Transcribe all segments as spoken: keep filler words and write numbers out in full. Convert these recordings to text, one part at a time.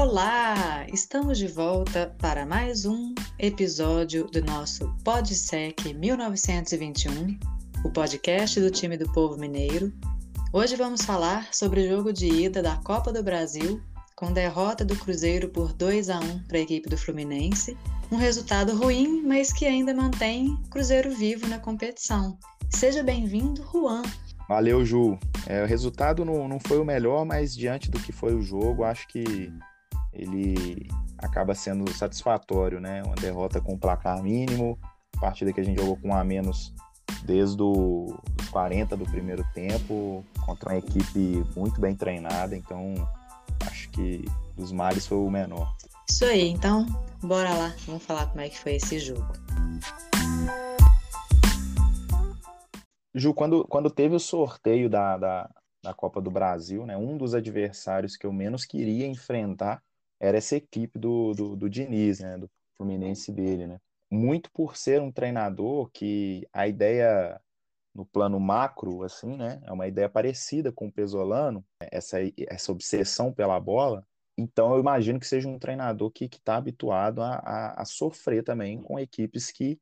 Olá! Estamos de volta para mais um episódio do nosso PodSec mil novecentos e vinte e um, o podcast do time do povo mineiro. Hoje vamos falar sobre o jogo de ida da Copa do Brasil, com derrota do Cruzeiro por dois a um para a equipe do Fluminense. Um resultado ruim, mas que ainda mantém o Cruzeiro vivo na competição. Seja bem-vindo, Juan! Valeu, Ju. É, o resultado não, não foi o melhor, mas diante do que foi o jogo, acho que ele acaba sendo satisfatório, né? Uma derrota com placar mínimo, partida que a gente jogou com um a menos desde o, os quarenta do primeiro tempo, contra uma equipe muito bem treinada, então acho que dos males foi o menor. Isso aí, então bora lá, vamos falar como é que foi esse jogo. Ju, quando, quando teve o sorteio da, da, da Copa do Brasil, né, um dos adversários que eu menos queria enfrentar era essa equipe do, do, do Diniz, né, do Fluminense dele, né? Muito por ser um treinador que a ideia no plano macro, assim, né, é uma ideia parecida com o Pesolano, essa, essa obsessão pela bola. Então eu imagino que seja um treinador que está habituado a, a, a sofrer também com equipes que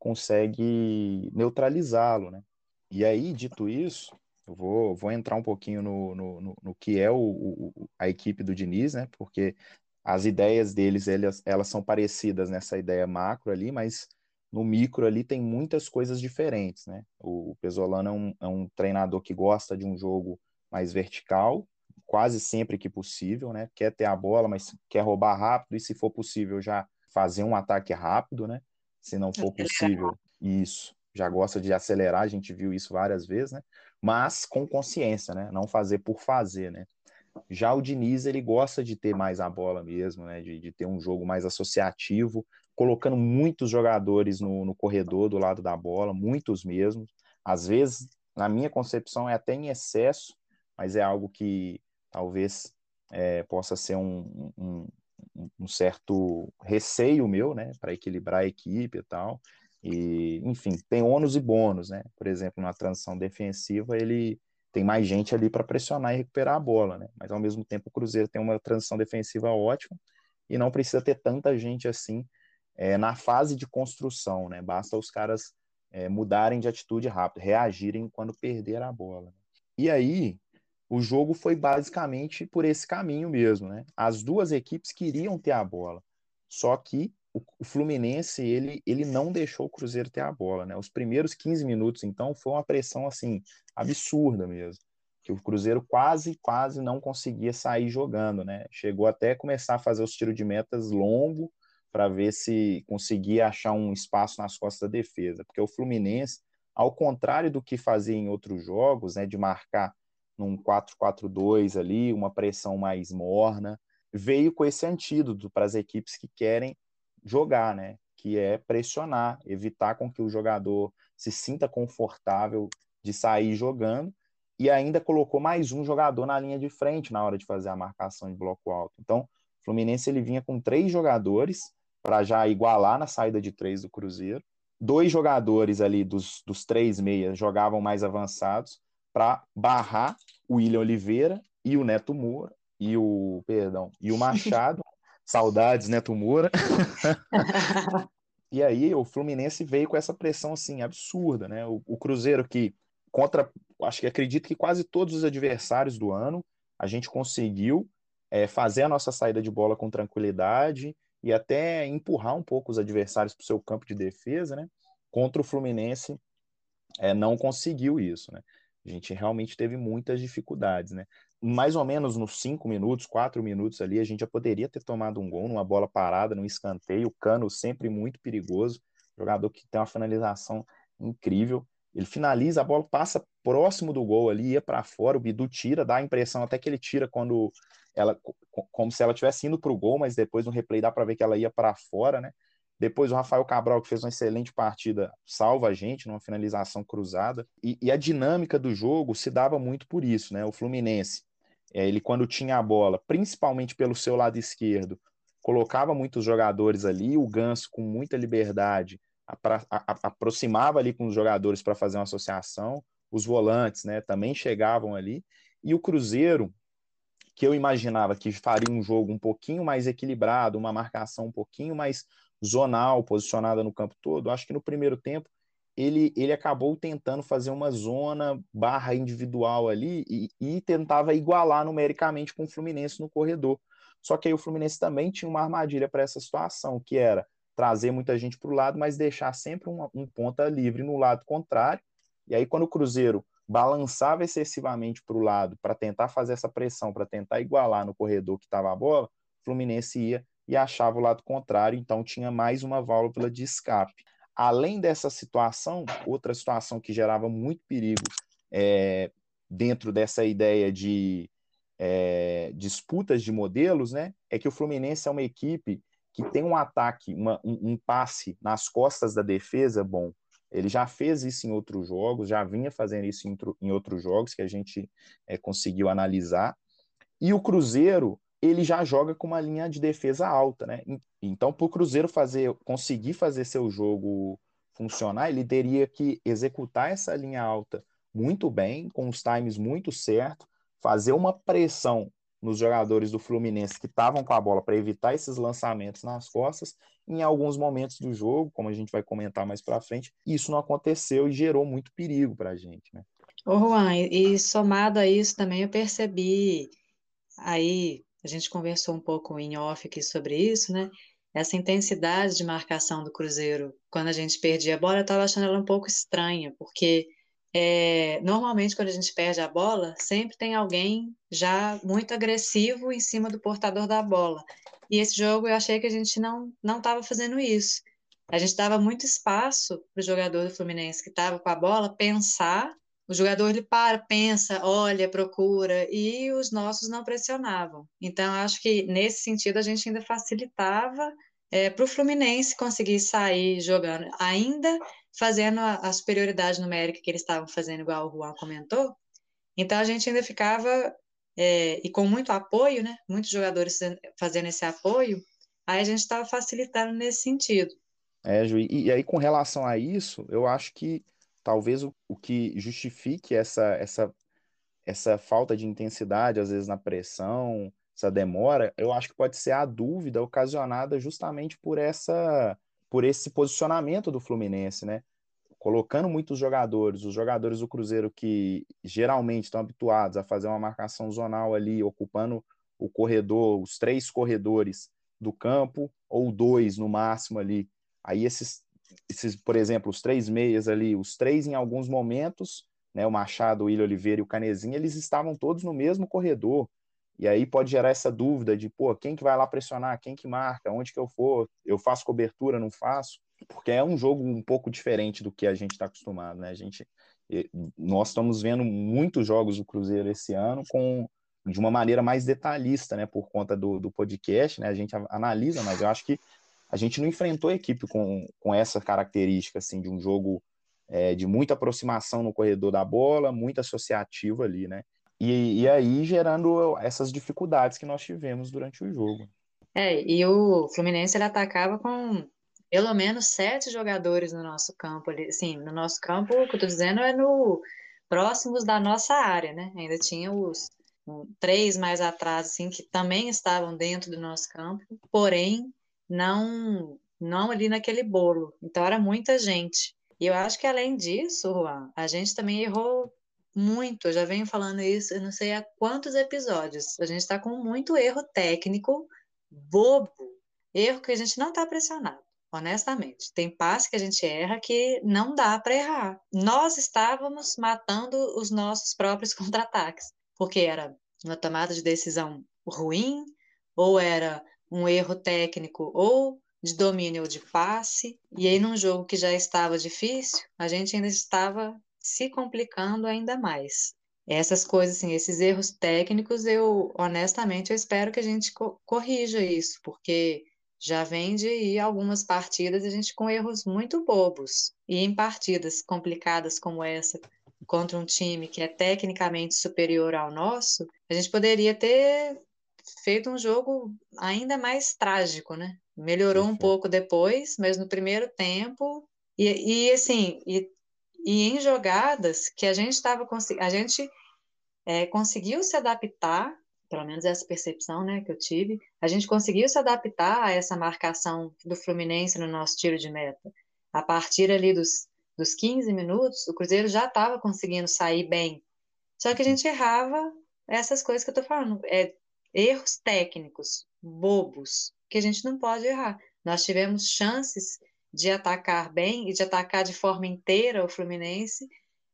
conseguem neutralizá-lo, né? E aí, dito isso, eu vou, vou entrar um pouquinho no, no, no, no que é o, o, a equipe do Diniz, né? Porque as ideias deles, elas, elas são parecidas nessa ideia macro ali, mas no micro ali tem muitas coisas diferentes, né? O, o Pesolano é um, é um treinador que gosta de um jogo mais vertical, quase sempre que possível, né? Quer ter a bola, mas quer roubar rápido e, se for possível, já fazer um ataque rápido, né? Se não for possível, isso. Já gosta de acelerar, a gente viu isso várias vezes, né? Mas com consciência, né? Não fazer por fazer, né? Já o Diniz, ele gosta de ter mais a bola mesmo, né? De, de ter um jogo mais associativo, colocando muitos jogadores no, no corredor do lado da bola, muitos mesmo. Às vezes, na minha concepção, é até em excesso, mas é algo que talvez é, possa ser um, um, um certo receio meu, né? Para equilibrar a equipe e tal. E, enfim, tem ônus e bônus, né? Por exemplo, na transição defensiva, ele tem mais gente ali para pressionar e recuperar a bola, né? Mas ao mesmo tempo o Cruzeiro tem uma transição defensiva ótima e não precisa ter tanta gente assim é, na fase de construção, né? Basta os caras é, mudarem de atitude rápido, reagirem quando perder a bola. E aí o jogo foi basicamente por esse caminho mesmo, né? As duas equipes queriam ter a bola, só que o Fluminense, ele, ele não deixou o Cruzeiro ter a bola, né? Os primeiros quinze minutos, então, foi uma pressão, assim, absurda mesmo, que o Cruzeiro quase, quase não conseguia sair jogando, né? Chegou até a começar a fazer os tiros de metas longo para ver se conseguia achar um espaço nas costas da defesa, porque o Fluminense, ao contrário do que fazia em outros jogos, né, de marcar num quatro quatro dois ali, uma pressão mais morna, veio com esse antídoto para as equipes que querem jogar, né? Que é pressionar, evitar com que o jogador se sinta confortável de sair jogando, e ainda colocou mais um jogador na linha de frente na hora de fazer a marcação de bloco alto. Então, o Fluminense ele vinha com três jogadores para já igualar na saída de três do Cruzeiro. Dois jogadores ali dos, dos três meias jogavam mais avançados para barrar o William Oliveira e o Neto Moura e o, perdão, e o Machado. Saudades, Neto Moura. E aí o Fluminense veio com essa pressão assim absurda, né? O, o Cruzeiro que contra, acho que acredito que quase todos os adversários do ano, a gente conseguiu é, fazer a nossa saída de bola com tranquilidade e até empurrar um pouco os adversários para o seu campo de defesa, né? Contra o Fluminense é, não conseguiu isso, né? A gente realmente teve muitas dificuldades, né? Mais ou menos nos cinco minutos, quatro minutos ali, a gente já poderia ter tomado um gol numa bola parada, num escanteio. O Cano sempre muito perigoso, jogador que tem uma finalização incrível. Ele finaliza, a bola passa próximo do gol ali, ia para fora, o Bidu tira, dá a impressão até que ele tira quando ela, como se ela estivesse indo para o gol, mas depois no replay dá para ver que ela ia para fora, né? Depois o Rafael Cabral, que fez uma excelente partida, salva a gente numa finalização cruzada. E, e a dinâmica do jogo se dava muito por isso, né? O Fluminense, é, ele quando tinha a bola, principalmente pelo seu lado esquerdo, colocava muitos jogadores ali, o Ganso com muita liberdade apra, a, a, aproximava ali com os jogadores para fazer uma associação, os volantes, né, também chegavam ali, e o Cruzeiro, que eu imaginava que faria um jogo um pouquinho mais equilibrado, uma marcação um pouquinho mais zonal, posicionada no campo todo, acho que no primeiro tempo ele, ele acabou tentando fazer uma zona barra individual ali e, e tentava igualar numericamente com o Fluminense no corredor. Só que aí o Fluminense também tinha uma armadilha para essa situação, que era trazer muita gente para o lado, mas deixar sempre um, um ponta livre no lado contrário. E aí quando o Cruzeiro balançava excessivamente para o lado para tentar fazer essa pressão, para tentar igualar no corredor que estava a bola, o Fluminense ia e achava o lado contrário, então tinha mais uma válvula de escape. Além dessa situação, outra situação que gerava muito perigo é, dentro dessa ideia de é, disputas de modelos, né, é que o Fluminense é uma equipe que tem um ataque, uma, um, um passe nas costas da defesa bom. Ele já fez isso em outros jogos, já vinha fazendo isso em, em outros jogos que a gente é, conseguiu analisar. E o Cruzeiro, ele já joga com uma linha de defesa alta, né? Então, para o Cruzeiro fazer, conseguir fazer seu jogo funcionar, ele teria que executar essa linha alta muito bem, com os times muito certos, fazer uma pressão nos jogadores do Fluminense que estavam com a bola para evitar esses lançamentos nas costas. Em alguns momentos do jogo, como a gente vai comentar mais para frente, isso não aconteceu e gerou muito perigo para a gente, né? Ô Juan, e, e somado a isso também eu percebi, aí a gente conversou um pouco em off aqui sobre isso, né? Essa intensidade de marcação do Cruzeiro, quando a gente perdia a bola, eu estava achando ela um pouco estranha, porque é, normalmente quando a gente perde a bola, sempre tem alguém já muito agressivo em cima do portador da bola. E esse jogo eu achei que a gente não não estava fazendo isso. A gente dava muito espaço para o jogador do Fluminense que estava com a bola pensar. O jogador ele para, pensa, olha, procura, e os nossos não pressionavam. Então, acho que nesse sentido a gente ainda facilitava é, para o Fluminense conseguir sair jogando, ainda fazendo a, a superioridade numérica que eles estavam fazendo, igual o Juan comentou. Então, a gente ainda ficava, é, e com muito apoio, né? Muitos jogadores fazendo esse apoio, aí a gente estava facilitando nesse sentido. É, Ju, e, e aí com relação a isso, eu acho que talvez o, o que justifique essa, essa, essa falta de intensidade, às vezes na pressão, essa demora, eu acho que pode ser a dúvida ocasionada justamente por essa, por esse posicionamento do Fluminense, né? Colocando muitos jogadores, os jogadores do Cruzeiro que geralmente estão habituados a fazer uma marcação zonal ali, ocupando o corredor, os três corredores do campo, ou dois no máximo ali. Aí esses, esses, por exemplo, os três meias ali, os três em alguns momentos, né, o Machado, o William Oliveira e o Canezinha, eles estavam todos no mesmo corredor. E aí pode gerar essa dúvida de, pô, quem que vai lá pressionar, quem que marca, onde que eu for, eu faço cobertura, não faço? Porque é um jogo um pouco diferente do que a gente está acostumado, né? A gente, nós estamos vendo muitos jogos do Cruzeiro esse ano com de uma maneira mais detalhista, né? Por conta do, do podcast, né? A gente analisa, mas eu acho que a gente não enfrentou a equipe com, com essa característica, assim, de um jogo é, de muita aproximação no corredor da bola, muito associativo ali, né? E, e aí gerando essas dificuldades que nós tivemos durante o jogo. É, e o Fluminense ele atacava com pelo menos sete jogadores no nosso campo ali. Sim, no nosso campo, o que eu tô dizendo é no próximos da nossa área, né? Ainda tinha os um, três mais atrás, assim, que também estavam dentro do nosso campo, porém não não ali naquele bolo. Então era muita gente. E eu acho que além disso, Juan, a gente também errou muito. Eu já venho falando isso, eu não sei há quantos episódios. A gente está com muito erro técnico bobo, erro que a gente não está pressionado, honestamente. Tem passe que a gente erra que não dá para errar. Nós estávamos matando os nossos próprios contra-ataques, porque era uma tomada de decisão ruim, ou era um erro técnico, ou de domínio ou de passe, e aí num jogo que já estava difícil, a gente ainda estava se complicando ainda mais. Essas coisas, assim, esses erros técnicos, eu, honestamente, eu espero que a gente co- corrija isso, porque já vem de ir algumas partidas a gente com erros muito bobos. E em partidas complicadas como essa, contra um time que é tecnicamente superior ao nosso, a gente poderia ter feito um jogo ainda mais trágico, né? Melhorou um Perfeito. pouco depois, mas no primeiro tempo, e, e assim, e, e em jogadas que a gente estava conseguindo, a gente é, conseguiu se adaptar pelo menos essa percepção, né, que eu tive, a gente conseguiu se adaptar a essa marcação do Fluminense no nosso tiro de meta. A partir ali dos, dos quinze minutos, o Cruzeiro já estava conseguindo sair bem. Só que a gente errava essas coisas que eu tô falando, é, erros técnicos, bobos, que a gente não pode errar. Nós tivemos chances de atacar bem e de atacar de forma inteira o Fluminense,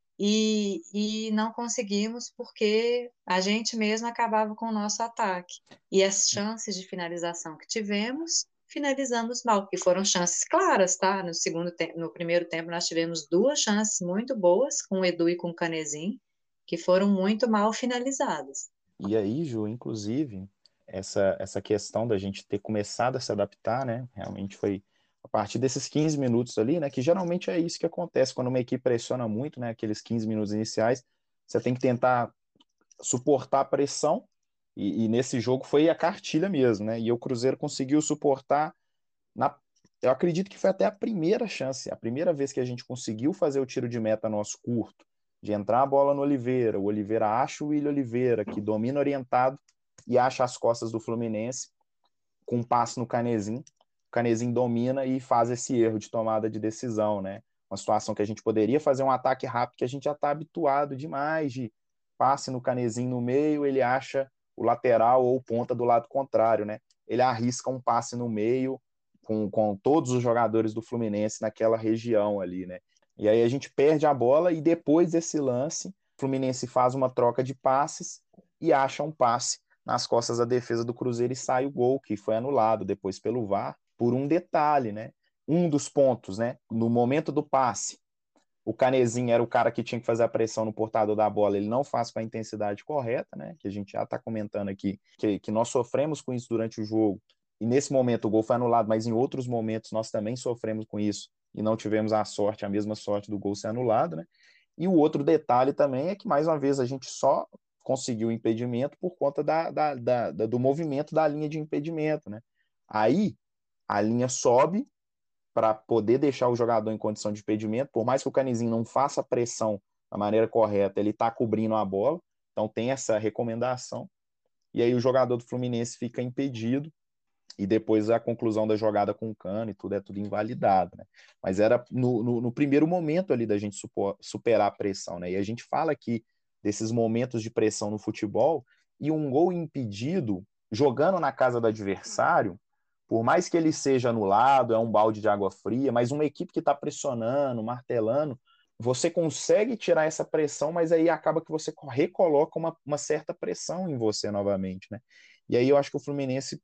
e, e não conseguimos porque a gente mesmo acabava com o nosso ataque. E as chances de finalização que tivemos, finalizamos mal, e foram chances claras, tá? No segundo tempo, no primeiro tempo nós tivemos duas chances muito boas com o Edu e com o Canezinho, que foram muito mal finalizadas. E aí, Ju, inclusive, essa, essa questão da gente ter começado a se adaptar, né? Realmente foi a partir desses quinze minutos ali, né? Que geralmente é isso que acontece quando uma equipe pressiona muito, né? Aqueles quinze minutos iniciais, você tem que tentar suportar a pressão, e, e nesse jogo foi a cartilha mesmo, né? E o Cruzeiro conseguiu suportar na. Eu acredito que foi até a primeira chance, a primeira vez que a gente conseguiu fazer o tiro de meta nosso curto, de entrar a bola no Oliveira, o Oliveira acha o William Oliveira, que domina orientado e acha as costas do Fluminense, com um passe no Canezinho. O Canezinho domina e faz esse erro de tomada de decisão, né? Uma situação que a gente poderia fazer um ataque rápido, que a gente já está habituado demais de passe no Canezinho no meio, ele acha o lateral ou ponta do lado contrário, né? Ele arrisca um passe no meio, com, com todos os jogadores do Fluminense naquela região ali, né? E aí a gente perde a bola e depois desse lance, o Fluminense faz uma troca de passes e acha um passe nas costas da defesa do Cruzeiro e sai o gol, que foi anulado depois pelo V A R, por um detalhe, né? Um dos pontos, né? No momento do passe, o Canezinho era o cara que tinha que fazer a pressão no portador da bola, ele não faz com a intensidade correta, né? Que a gente já está comentando aqui, que, que nós sofremos com isso durante o jogo. E nesse momento o gol foi anulado, mas em outros momentos nós também sofremos com isso e não tivemos a sorte, a mesma sorte do gol ser anulado, né? E o outro detalhe também é que, mais uma vez, a gente só conseguiu o impedimento por conta da, da, da, da, do movimento da linha de impedimento, né? Aí a linha sobe para poder deixar o jogador em condição de impedimento, por mais que o Canezinho não faça a pressão da maneira correta, ele está cobrindo a bola, então tem essa recomendação, e aí o jogador do Fluminense fica impedido, e depois a conclusão da jogada com o Cano e tudo é tudo invalidado, né? Mas era no, no, no primeiro momento ali da gente supor, superar a pressão, né? E a gente fala aqui desses momentos de pressão no futebol, e um gol impedido, jogando na casa do adversário, por mais que ele seja anulado, é um balde de água fria, mas uma equipe que está pressionando, martelando, você consegue tirar essa pressão, mas aí acaba que você recoloca uma, uma certa pressão em você novamente, né? E aí eu acho que o Fluminense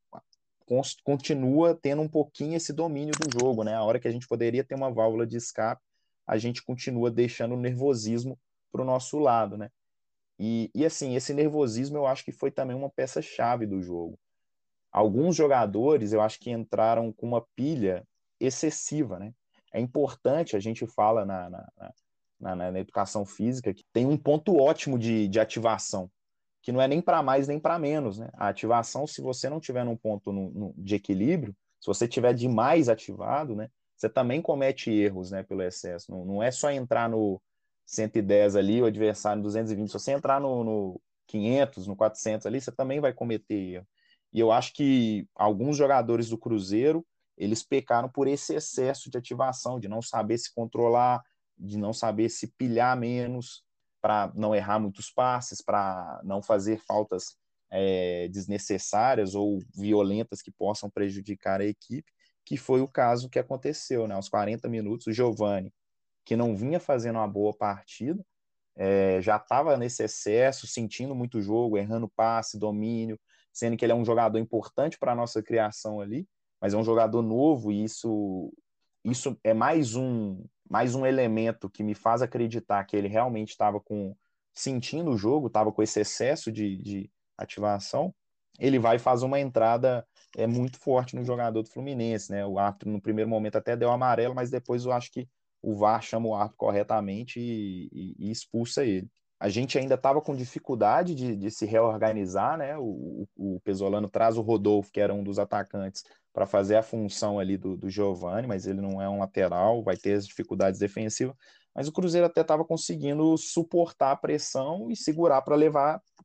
continua tendo um pouquinho esse domínio do jogo, né? A hora que a gente poderia ter uma válvula de escape, a gente continua deixando o nervosismo para o nosso lado, né? E, e assim, esse nervosismo eu acho que foi também uma peça-chave do jogo. Alguns jogadores eu acho que entraram com uma pilha excessiva, né? É importante, a gente fala na, na, na, na, na educação física, que tem um ponto ótimo de, de ativação, que não é nem para mais nem para menos, né? A ativação, se você não tiver num ponto no, no, de equilíbrio, se você tiver demais ativado, né? Você também comete erros, né? Pelo excesso. Não, não é só entrar no cento e dez ali, o adversário no duzentos e vinte. Se você entrar no, no quinhentos, no quatrocentos ali, você também vai cometer erro. E eu acho que alguns jogadores do Cruzeiro, eles pecaram por esse excesso de ativação, de não saber se controlar, de não saber se pilhar menos, para não errar muitos passes, para não fazer faltas é, desnecessárias ou violentas que possam prejudicar a equipe, que foi o caso que aconteceu, né? Aos quarenta minutos, o Giovani, que não vinha fazendo uma boa partida, é, já estava nesse excesso, sentindo muito jogo, errando passe, domínio, sendo que ele é um jogador importante para a nossa criação ali, mas é um jogador novo e isso, isso é mais um, mais um elemento que me faz acreditar que ele realmente estava com sentindo o jogo, estava com esse excesso de, de ativação. Ele vai e faz uma entrada é, muito forte no jogador do Fluminense, né? O árbitro no primeiro momento até deu amarelo, mas depois eu acho que o V A R chama o árbitro corretamente e, e, e expulsa ele. A gente ainda estava com dificuldade de, de, se reorganizar, né? O, o, o Pesolano traz o Rodolfo, que era um dos atacantes, para fazer a função ali do, do Giovani, mas ele não é um lateral, vai ter as dificuldades defensivas. Mas o Cruzeiro até estava conseguindo suportar a pressão e segurar para levar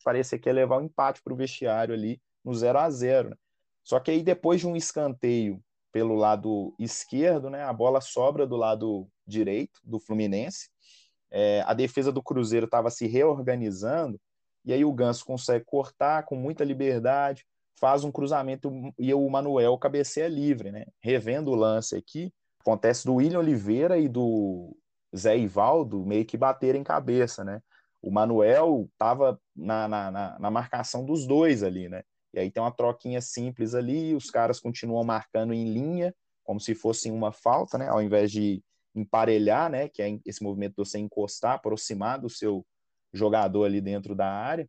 parecia que ia levar um empate para o vestiário ali no zero a zero, né? Só que aí depois de um escanteio pelo lado esquerdo, né, a bola sobra do lado direito do Fluminense, é, a defesa do Cruzeiro estava se reorganizando, e aí o Ganso consegue cortar com muita liberdade, faz um cruzamento e o Manuel cabeceia livre, né? Revendo o lance aqui, acontece do William Oliveira e do Zé Ivaldo meio que baterem cabeça, né? O Manuel estava na, na, na, na marcação dos dois ali, né? E aí tem uma troquinha simples ali, os caras continuam marcando em linha, como se fosse uma falta, né? Ao invés de emparelhar, né? Que é esse movimento de você encostar, aproximar do seu jogador ali dentro da área.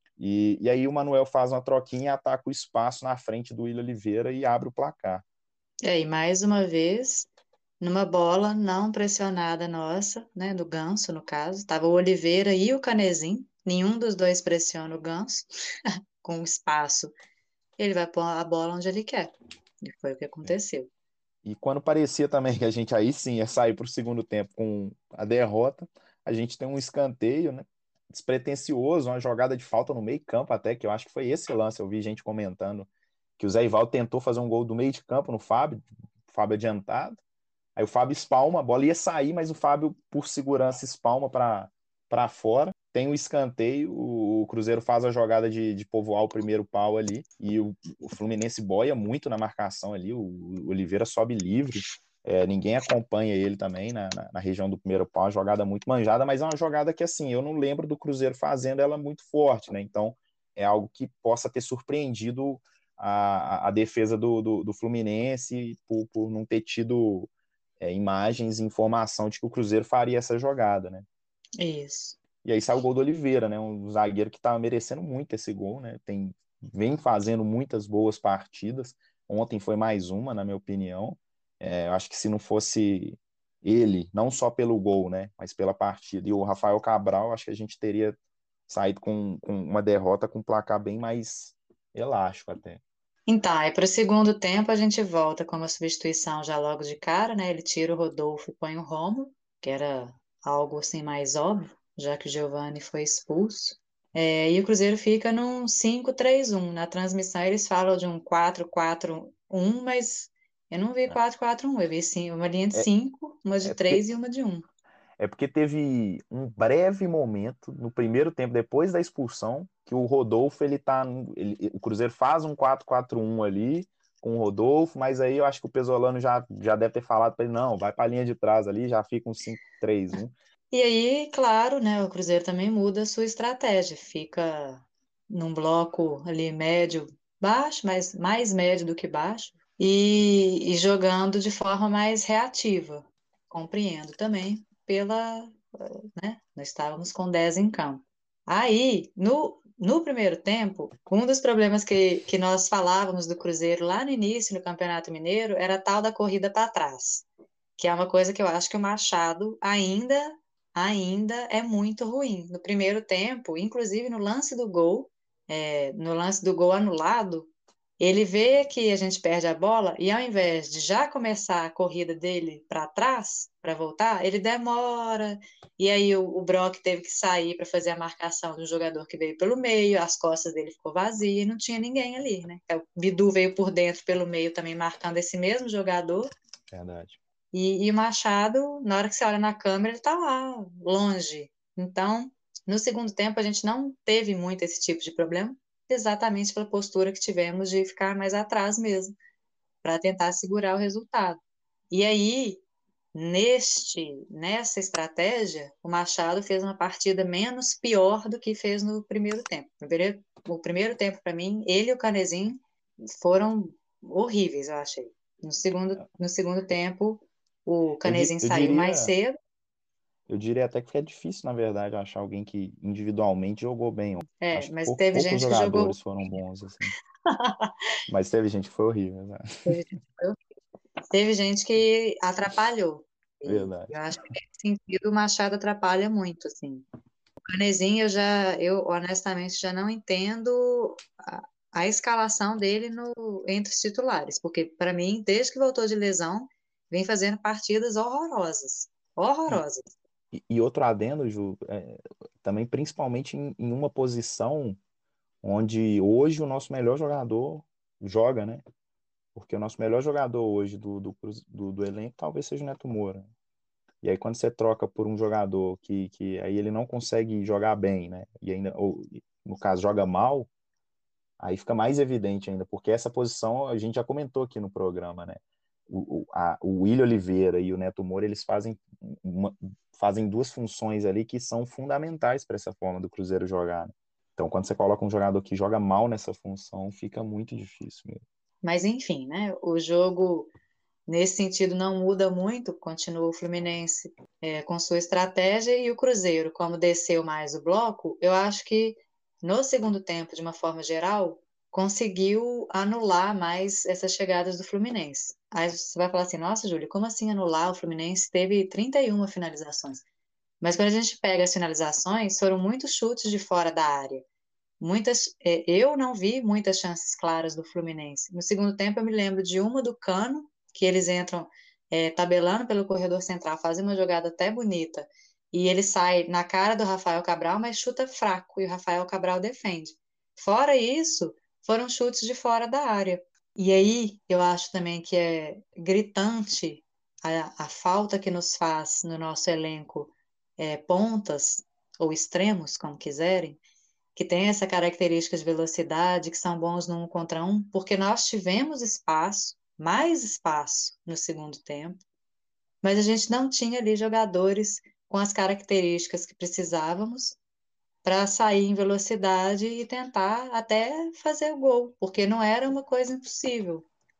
E, e aí o Manuel faz uma troquinha, ataca o espaço na frente do William Oliveira e abre o placar. É, e mais uma vez, numa bola não pressionada nossa, né, do Ganso, no caso, estava o Oliveira e o Canezinho, nenhum dos dois pressiona o Ganso, com espaço, ele vai pôr a bola onde ele quer, e foi o que aconteceu. E quando parecia também que a gente aí sim ia sair para o segundo tempo com a derrota, a gente tem um escanteio, né, despretensioso, uma jogada de falta no meio campo até, que eu acho que foi esse lance, eu vi gente comentando que o Zé Ivaldo tentou fazer um gol do meio de campo no Fábio, Fábio adiantado, aí o Fábio espalma, a bola ia sair, mas o Fábio, por segurança, espalma para fora. Tem o escanteio, o Cruzeiro faz a jogada de, de povoar o primeiro pau ali, e o, o Fluminense boia muito na marcação ali, o, o Oliveira sobe livre, é, ninguém acompanha ele também na, na, na região do primeiro pau, uma jogada muito manjada, mas é uma jogada que, assim, eu não lembro do Cruzeiro fazendo ela muito forte, né? Então, é algo que possa ter surpreendido a, a defesa do, do, do Fluminense por, por não ter tido é, imagens e informação de que o Cruzeiro faria essa jogada, né? Isso. E aí sai o gol do Oliveira, né? Um zagueiro que estava merecendo muito esse gol, né? Tem, vem fazendo muitas boas partidas. Ontem foi mais uma, na minha opinião. É, eu acho que se não fosse ele, não só pelo gol, né? Mas pela partida, e o Rafael Cabral, acho que a gente teria saído com, com uma derrota com um placar bem mais elástico até. Então, aí para o segundo tempo a gente volta com uma substituição já logo de cara, né? Ele tira o Rodolfo e põe o Rômulo, que era algo assim mais óbvio, já que o Giovani foi expulso. É, e o Cruzeiro fica num cinco três um. Na transmissão eles falam de um quatro quatro um, mas eu não vi quatro quatro um, eu vi sim, uma linha de É, cinco, uma de é porque três e uma de um. É porque teve um breve momento no primeiro tempo, depois da expulsão, que o Rodolfo, ele tá. Ele, o Cruzeiro faz um quatro quatro um ali com o Rodolfo, mas aí eu acho que o Pesolano já, já deve ter falado para ele: não, vai para a linha de trás ali, já fica um cinco três um. E aí, claro, né, o Cruzeiro também muda a sua estratégia, fica num bloco ali médio, baixo, mas mais médio do que baixo, e, e jogando de forma mais reativa. Compreendo também pela, né, nós estávamos com dez em campo. Aí, no, no primeiro tempo, um dos problemas que, que nós falávamos do Cruzeiro lá no início, no Campeonato Mineiro, era a tal da corrida para trás, que é uma coisa que eu acho que o Machado ainda ainda é muito ruim. No primeiro tempo, inclusive no lance do gol, é, no lance do gol anulado, ele vê que a gente perde a bola e ao invés de já começar a corrida dele para trás, para voltar, ele demora. E aí o, o Brock teve que sair para fazer a marcação do jogador que veio pelo meio, as costas dele ficou vazia e não tinha ninguém ali, né? O Bidu veio por dentro pelo meio também marcando esse mesmo jogador. Verdade. E, e o Machado, na hora que você olha na câmera, ele está lá, longe. Então, no segundo tempo, a gente não teve muito esse tipo de problema, exatamente pela postura que tivemos de ficar mais atrás mesmo, para tentar segurar o resultado. E aí, neste, nessa estratégia, o Machado fez uma partida menos pior do que fez no primeiro tempo. No primeiro, o primeiro tempo, para mim, ele e o Canezinho foram horríveis, eu achei. No segundo, no segundo tempo, o Eu, di- Canezinho eu saiu mais diria. cedo, Eu diria até que é difícil, na verdade, achar alguém que individualmente jogou bem. é, Acho que mas pou- teve poucos gente que jogou. jogadores foram bons, assim. Mas teve gente que foi horrível, né? Teve gente que atrapalhou. E eu Verdade. acho que nesse sentido o Machado atrapalha muito, assim. O Canezinho, eu já, eu honestamente já não entendo a, a escalação dele no, entre os titulares, porque para mim, desde que voltou de lesão, vem fazendo partidas horrorosas, horrorosas. E, e outro adendo, Ju, é, também principalmente em, em uma posição onde hoje o nosso melhor jogador joga, né? Porque o nosso melhor jogador hoje do, do, Cruz- do, do elenco talvez seja o Neto Moura. E aí quando você troca por um jogador que, que aí ele não consegue jogar bem, né? E ainda, ou, no caso, joga mal, aí fica mais evidente ainda, porque essa posição a gente já comentou aqui no programa, né? O, o, a, o William Oliveira e o Neto Moura, eles fazem, uma, fazem duas funções ali que são fundamentais para essa forma do Cruzeiro jogar, né? Então, quando você coloca um jogador que joga mal nessa função, fica muito difícil mesmo. Mas enfim, né? O jogo nesse sentido não muda muito, continua o Fluminense é, com sua estratégia e o Cruzeiro, como desceu mais o bloco, eu acho que no segundo tempo, de uma forma geral, conseguiu anular mais essas chegadas do Fluminense. Aí você vai falar assim, nossa, Júlio, como assim anular? O Fluminense teve trinta e uma finalizações. Mas quando a gente pega as finalizações, foram muitos chutes de fora da área. Muitas, é, eu não vi muitas chances claras do Fluminense. No segundo tempo, eu me lembro de uma do Cano, que eles entram é, tabelando pelo corredor central, fazem uma jogada até bonita, e ele sai na cara do Rafael Cabral, mas chuta fraco, e o Rafael Cabral defende. Fora isso, foram chutes de fora da área. E aí, eu acho também que é gritante a, a falta que nos faz no nosso elenco é, pontas, ou extremos, como quiserem, que tem essa característica de velocidade, que são bons no um contra um, porque nós tivemos espaço, mais espaço no segundo tempo, mas a gente não tinha ali jogadores com as características que precisávamos para sair em velocidade e tentar até fazer o gol, porque não era uma coisa impossível.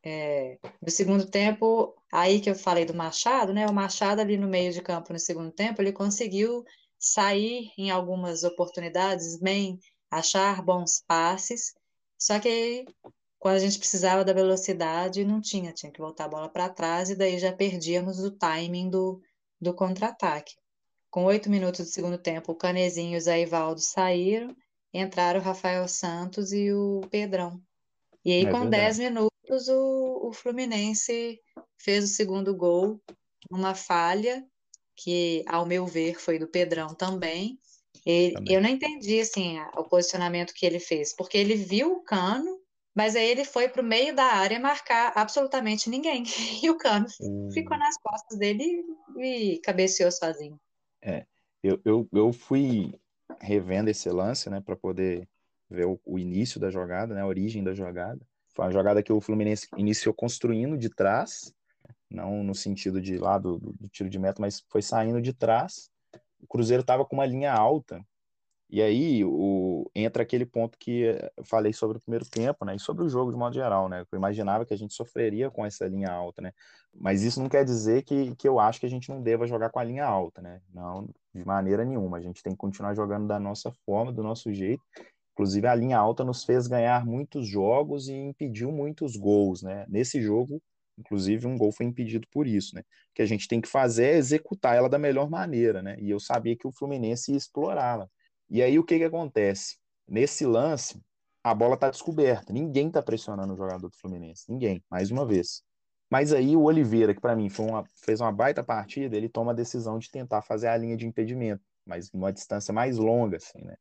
É, no segundo tempo, aí que eu falei do Machado, né? O Machado ali no meio de campo no segundo tempo, ele conseguiu sair em algumas oportunidades bem, achar bons passes, só que aí, quando a gente precisava da velocidade, não tinha, tinha que voltar a bola para trás e daí já perdíamos o timing do, do contra-ataque. Com oito minutos do segundo tempo, o Canezinho e o Zé Ivaldo saíram, entraram o Rafael Santos e o Pedrão. E aí, É com dez verdade. minutos, o, o Fluminense fez o segundo gol, uma falha, que, ao meu ver, foi do Pedrão também. Ele- eu Também. não entendi, assim, a- o posicionamento que ele fez, porque ele viu o Cano, mas aí ele foi para o meio da área marcar absolutamente ninguém. E o Cano ficou O, nas costas dele e cabeceou sozinho. é, eu, eu, eu fui revendo esse lance, né, para poder ver o, o início da jogada, né, a origem da jogada. Foi uma jogada que o Fluminense iniciou construindo de trás, não no sentido de lá do, do tiro de meta, mas foi saindo de trás. O Cruzeiro estava com uma linha alta. E aí o, entra aquele ponto que eu falei sobre o primeiro tempo, né? E sobre o jogo de modo geral, né? Eu imaginava que a gente sofreria com essa linha alta, né? Mas isso não quer dizer que, que eu acho que a gente não deva jogar com a linha alta, né? Não, de maneira nenhuma. A gente tem que continuar jogando da nossa forma, do nosso jeito. Inclusive, a linha alta nos fez ganhar muitos jogos e impediu muitos gols, né? Nesse jogo, inclusive, um gol foi impedido por isso, né? O que a gente tem que fazer é executar ela da melhor maneira, né? E eu sabia que o Fluminense ia explorá-la. E aí o que que acontece? Nesse lance, a bola está descoberta. Ninguém está pressionando o jogador do Fluminense. Ninguém, mais uma vez. Mas aí o Oliveira, que para mim foi uma, fez uma baita partida, ele toma a decisão de tentar fazer a linha de impedimento, mas numa distância mais longa, assim, né?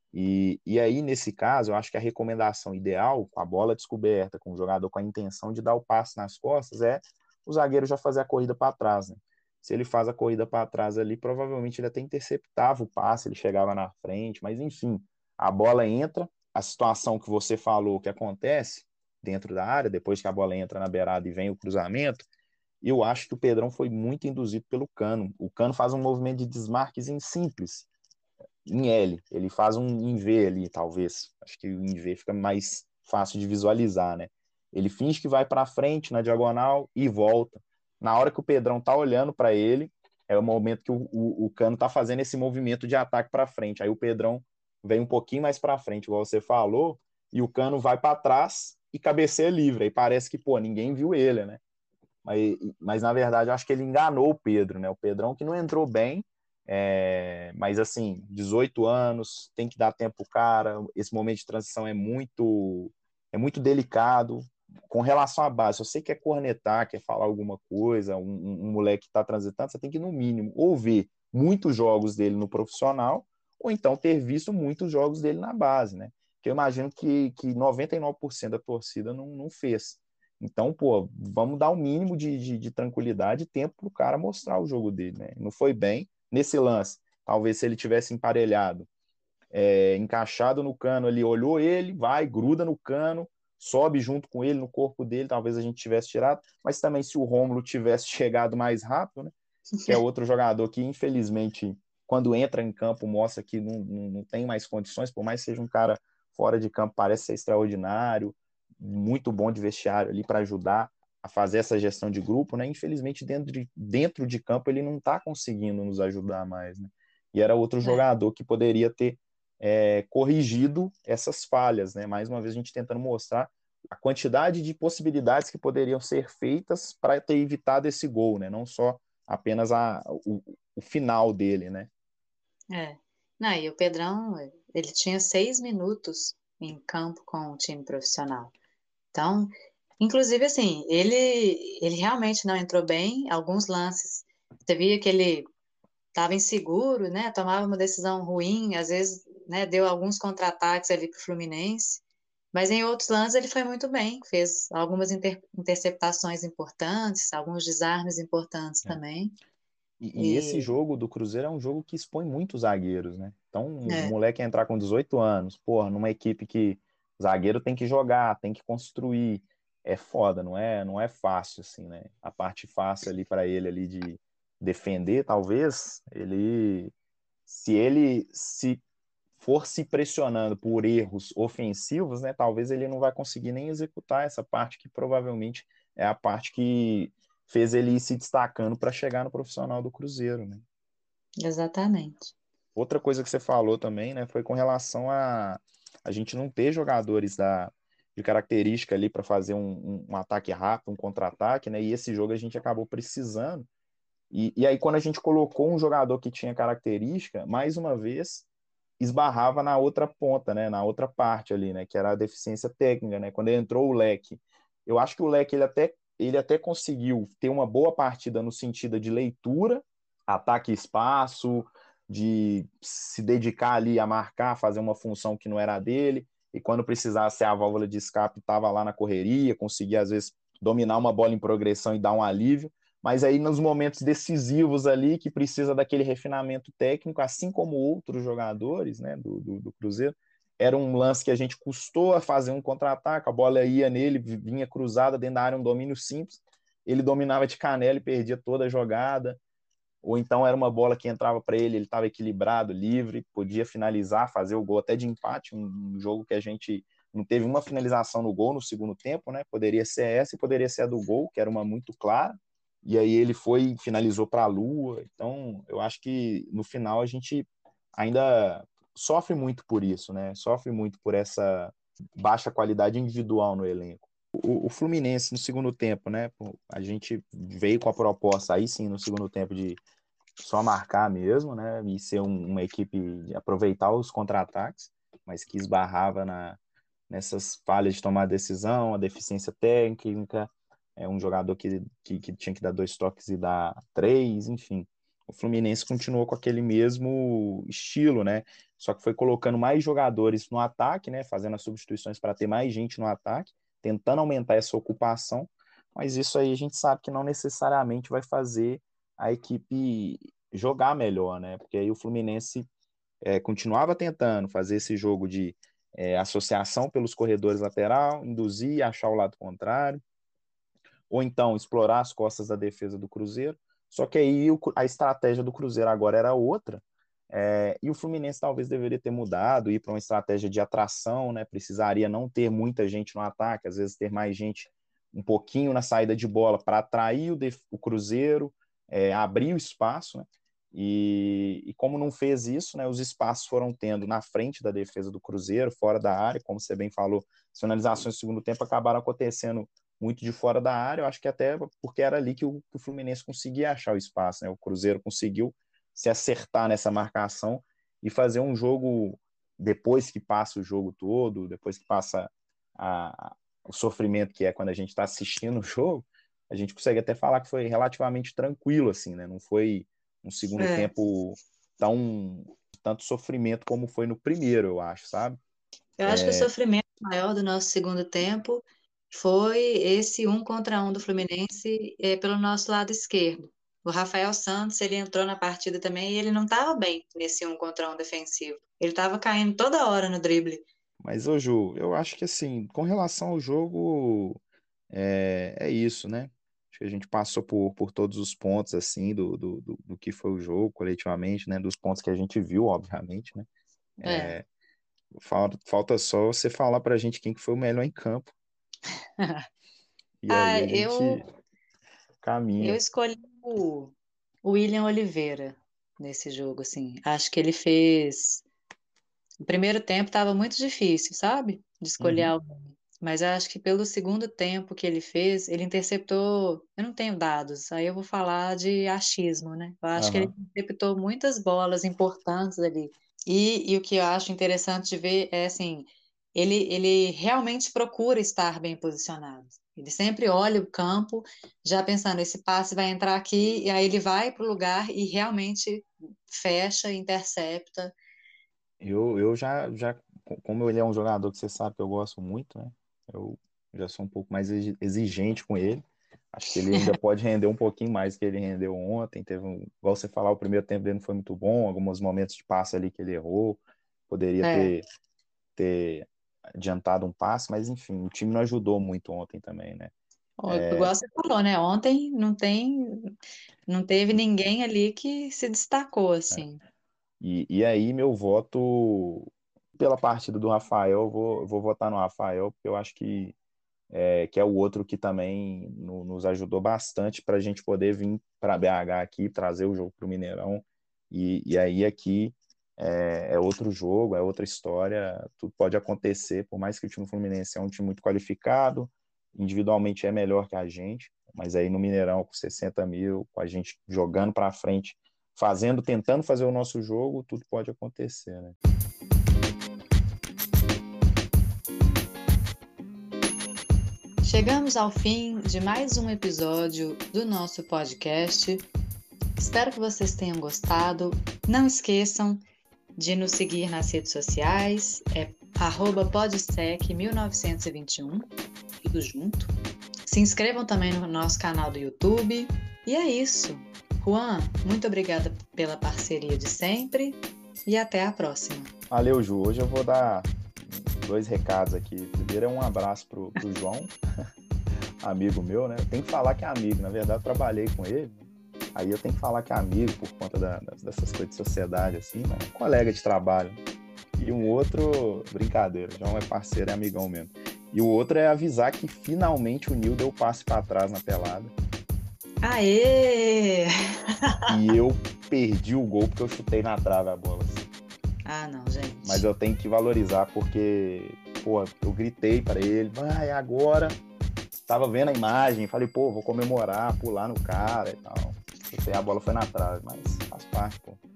E, e aí, nesse caso, eu acho que a recomendação ideal, com a bola descoberta, com o jogador com a intenção de dar o passe nas costas, é o zagueiro já fazer a corrida para trás, né? Se ele faz a corrida para trás ali, provavelmente ele até interceptava o passe, ele chegava na frente, mas enfim, a bola entra, a situação que você falou que acontece dentro da área, depois que a bola entra na beirada e vem o cruzamento, eu acho que o Pedrão foi muito induzido pelo Cano. O Cano faz um movimento de desmarques em simples, em L. Ele faz um em V ali, talvez. Acho que o em V fica mais fácil de visualizar, né? Ele finge que vai para frente na diagonal e volta. Na hora que o Pedrão tá olhando para ele, é o momento que o, o, o Cano tá fazendo esse movimento de ataque para frente. Aí o Pedrão vem um pouquinho mais para frente, igual você falou, e o Cano vai para trás e cabeceia livre. Aí parece que, pô, ninguém viu ele, né? Mas, mas na verdade, eu acho que ele enganou o Pedro, né? O Pedrão que não entrou bem, é, mas assim, dezoito anos, tem que dar tempo pro cara. Esse momento de transição é muito, é muito delicado. Com relação à base, se você quer cornetar, quer falar alguma coisa, um, um, um moleque que está transitando, você tem que, no mínimo, ouvir muitos jogos dele no profissional, ou então ter visto muitos jogos dele na base, né? Que eu imagino que, que noventa e nove por cento da torcida não, não fez. Então, pô, vamos dar o um mínimo de, de, de tranquilidade e tempo para o cara mostrar o jogo dele, né? Não foi bem nesse lance. Talvez se ele tivesse emparelhado, é, encaixado no cano ali, olhou ele, vai, gruda no cano, sobe junto com ele no corpo dele, talvez a gente tivesse tirado. Mas também se o Rômulo tivesse chegado mais rápido, né? Que é outro jogador que, infelizmente, quando entra em campo, mostra que não, não, não tem mais condições, por mais que seja um cara fora de campo, parece ser extraordinário, muito bom de vestiário ali para ajudar a fazer essa gestão de grupo, né? Infelizmente, dentro de, dentro de campo, ele não está conseguindo nos ajudar mais, né? E era outro É, jogador que poderia ter é, corrigido essas falhas, né? Mais uma vez, a gente tentando mostrar a quantidade de possibilidades que poderiam ser feitas para ter evitado esse gol, né? Não só apenas a, o, o final dele, né? é. Não, e o Pedrão, ele tinha seis minutos em campo com o time profissional. Então, inclusive, assim, ele, ele realmente não entrou bem. Alguns lances, você via que ele estava inseguro, né? Tomava uma decisão ruim, às vezes, né, deu alguns contra-ataques ali para o Fluminense. Mas em outros lances ele foi muito bem, fez algumas inter- interceptações importantes, alguns desarmes importantes É. também. E, e esse E jogo do Cruzeiro é um jogo que expõe muitos zagueiros, né? Então, o é, moleque entrar com dezoito anos, porra, numa equipe que zagueiro tem que jogar, tem que construir, é foda, não é, não é fácil assim, né? A parte fácil ali para ele ali de defender, talvez, ele se ele se for se pressionando por erros ofensivos, né, talvez ele não vai conseguir nem executar essa parte que provavelmente é a parte que fez ele ir se destacando para chegar no profissional do Cruzeiro, né? exatamente. Outra coisa que você falou também, né, foi com relação a a gente não ter jogadores da, de característica ali para fazer um, um, um ataque rápido, um contra-ataque, né? E esse jogo a gente acabou precisando. E, e aí, quando a gente colocou um jogador que tinha característica, mais uma vez, esbarrava na outra ponta, né, na outra parte ali, né, que era a deficiência técnica, né, quando entrou o Leque. Eu acho que o Leque ele até, ele até conseguiu ter uma boa partida no sentido de leitura, ataque espaço, de se dedicar ali a marcar, fazer uma função que não era dele, e quando precisasse ser a válvula de escape, estava lá na correria, conseguia às vezes dominar uma bola em progressão e dar um alívio, mas aí nos momentos decisivos ali, que precisa daquele refinamento técnico, assim como outros jogadores, né, do, do, do Cruzeiro, era um lance que a gente custou a fazer um contra-ataque, a bola ia nele, vinha cruzada dentro da área, um domínio simples, ele dominava de canela e perdia toda a jogada, ou então era uma bola que entrava para ele, ele estava equilibrado, livre, podia finalizar, fazer o gol até de empate, um, um jogo que a gente não teve uma finalização no gol no segundo tempo, né? Poderia ser essa e poderia ser a do gol, que era uma muito clara, e aí ele foi finalizou para a Lua. Então, eu acho que no final a gente ainda sofre muito por isso, né? Sofre muito por essa baixa qualidade individual no elenco. O, o Fluminense no segundo tempo, né? A gente veio com a proposta aí sim no segundo tempo de só marcar mesmo, né? E ser um, uma equipe de aproveitar os contra-ataques, mas que esbarrava na, nessas falhas de tomar decisão, a deficiência técnica, é um jogador que, que, que tinha que dar dois toques e dar três, enfim. O Fluminense continuou com aquele mesmo estilo, né? Só que foi colocando mais jogadores no ataque, né? Fazendo as substituições para ter mais gente no ataque, tentando aumentar essa ocupação, mas isso aí a gente sabe que não necessariamente vai fazer a equipe jogar melhor, né? Porque aí o Fluminense é, continuava tentando fazer esse jogo de é, associação pelos corredores lateral, induzir, achar o lado contrário, ou então explorar as costas da defesa do Cruzeiro. Só que aí o, a estratégia do Cruzeiro agora era outra, é, e o Fluminense talvez deveria ter mudado, ir para uma estratégia de atração, né? Precisaria não ter muita gente no ataque, às vezes ter mais gente um pouquinho na saída de bola para atrair o, o Cruzeiro, é, abrir o espaço, né? E, e, como não fez isso, né, os espaços foram tendo na frente da defesa do Cruzeiro, fora da área, como você bem falou, as finalizações do segundo tempo acabaram acontecendo muito de fora da área, eu acho que até porque era ali que o, que o Fluminense conseguia achar o espaço, né, o Cruzeiro conseguiu se acertar nessa marcação e fazer um jogo, depois que passa o jogo todo, depois que passa a, o sofrimento que é quando a gente está assistindo o jogo, a gente consegue até falar que foi relativamente tranquilo, assim, né, não foi um segundo É. tempo tão tanto sofrimento como foi no primeiro, eu acho, sabe? Eu acho que o sofrimento maior do nosso segundo tempo foi esse um contra um do Fluminense é, pelo nosso lado esquerdo. O Rafael Santos, ele entrou na partida também e ele não estava bem nesse um contra um defensivo. Ele estava caindo toda hora no drible. Mas, ô Ju, eu acho que assim, com relação ao jogo, é, é isso, né? Acho que a gente passou por, por todos os pontos, assim, do, do, do, do que foi o jogo coletivamente, né? Dos pontos que a gente viu, obviamente, né? É. Falta, falta só você falar pra gente quem que foi o melhor em campo. E aí Ah, a eu, gente eu caminha. escolhi o o William Oliveira nesse jogo, assim. Acho que ele fez. O primeiro tempo estava muito difícil, sabe? De escolher Uhum, alguém. Mas eu acho que pelo segundo tempo que ele fez, ele interceptou. Eu não tenho dados, aí eu vou falar de achismo, né? Eu acho que ele aham. interceptou muitas bolas importantes ali. E, e o que eu acho interessante de ver é assim, ele, ele realmente procura estar bem posicionado. Ele sempre olha o campo, já pensando, esse passe vai entrar aqui, e aí ele vai para o lugar e realmente fecha, intercepta. Eu, eu já, já, como ele é um jogador que você sabe que eu gosto muito, né? Eu já sou um pouco mais exi- exigente com ele. Acho que ele ainda pode render um pouquinho mais do que ele rendeu ontem. Teve um, igual você falar, o primeiro tempo dele não foi muito bom, alguns momentos de passe ali que ele errou. Poderia É. ter, ter adiantado um passe, mas enfim, o time não ajudou muito ontem também, né? Igual você falou, né? Ontem não tem, não teve ninguém ali que se destacou assim. E, e aí, meu voto pela partida do Rafael, eu vou, eu vou votar no Rafael, porque eu acho que é, que é o outro que também no- nos ajudou bastante para a gente poder vir para B H aqui, trazer o jogo para o Mineirão. E, e aí aqui é, é outro jogo, é outra história, tudo pode acontecer, por mais que o time Fluminense é um time muito qualificado, individualmente é melhor que a gente, mas aí no Mineirão com sessenta mil, com a gente jogando para frente, fazendo, tentando fazer o nosso jogo, tudo pode acontecer, né? Chegamos ao fim de mais um episódio do nosso podcast. Espero que vocês tenham gostado. Não esqueçam de nos seguir nas redes sociais, é arroba podsec mil novecentos e vinte e um, tudo junto. Se inscrevam também no nosso canal do YouTube. E é isso. Juan, muito obrigada pela parceria de sempre e até a próxima. Valeu, Ju. Hoje eu vou dar dois recados aqui. Primeiro é um abraço pro, pro João, amigo meu, né? Eu tenho que falar que é amigo, na verdade eu trabalhei com ele, aí eu tenho que falar que é amigo por conta da, dessas coisas de sociedade, assim, mas é colega de trabalho. E um outro, brincadeira, João é parceiro, é amigão mesmo. E o outro é avisar que finalmente o Nil deu o passe para trás na pelada. Aê! E eu perdi o gol porque eu chutei na trave a bola. Assim. Ah, não, gente. Mas eu tenho que valorizar porque, pô, eu gritei para ele, vai agora. Tava vendo a imagem, falei, pô, vou comemorar, pular no cara e tal. Chutei, a bola foi na trave, mas faz parte, pô.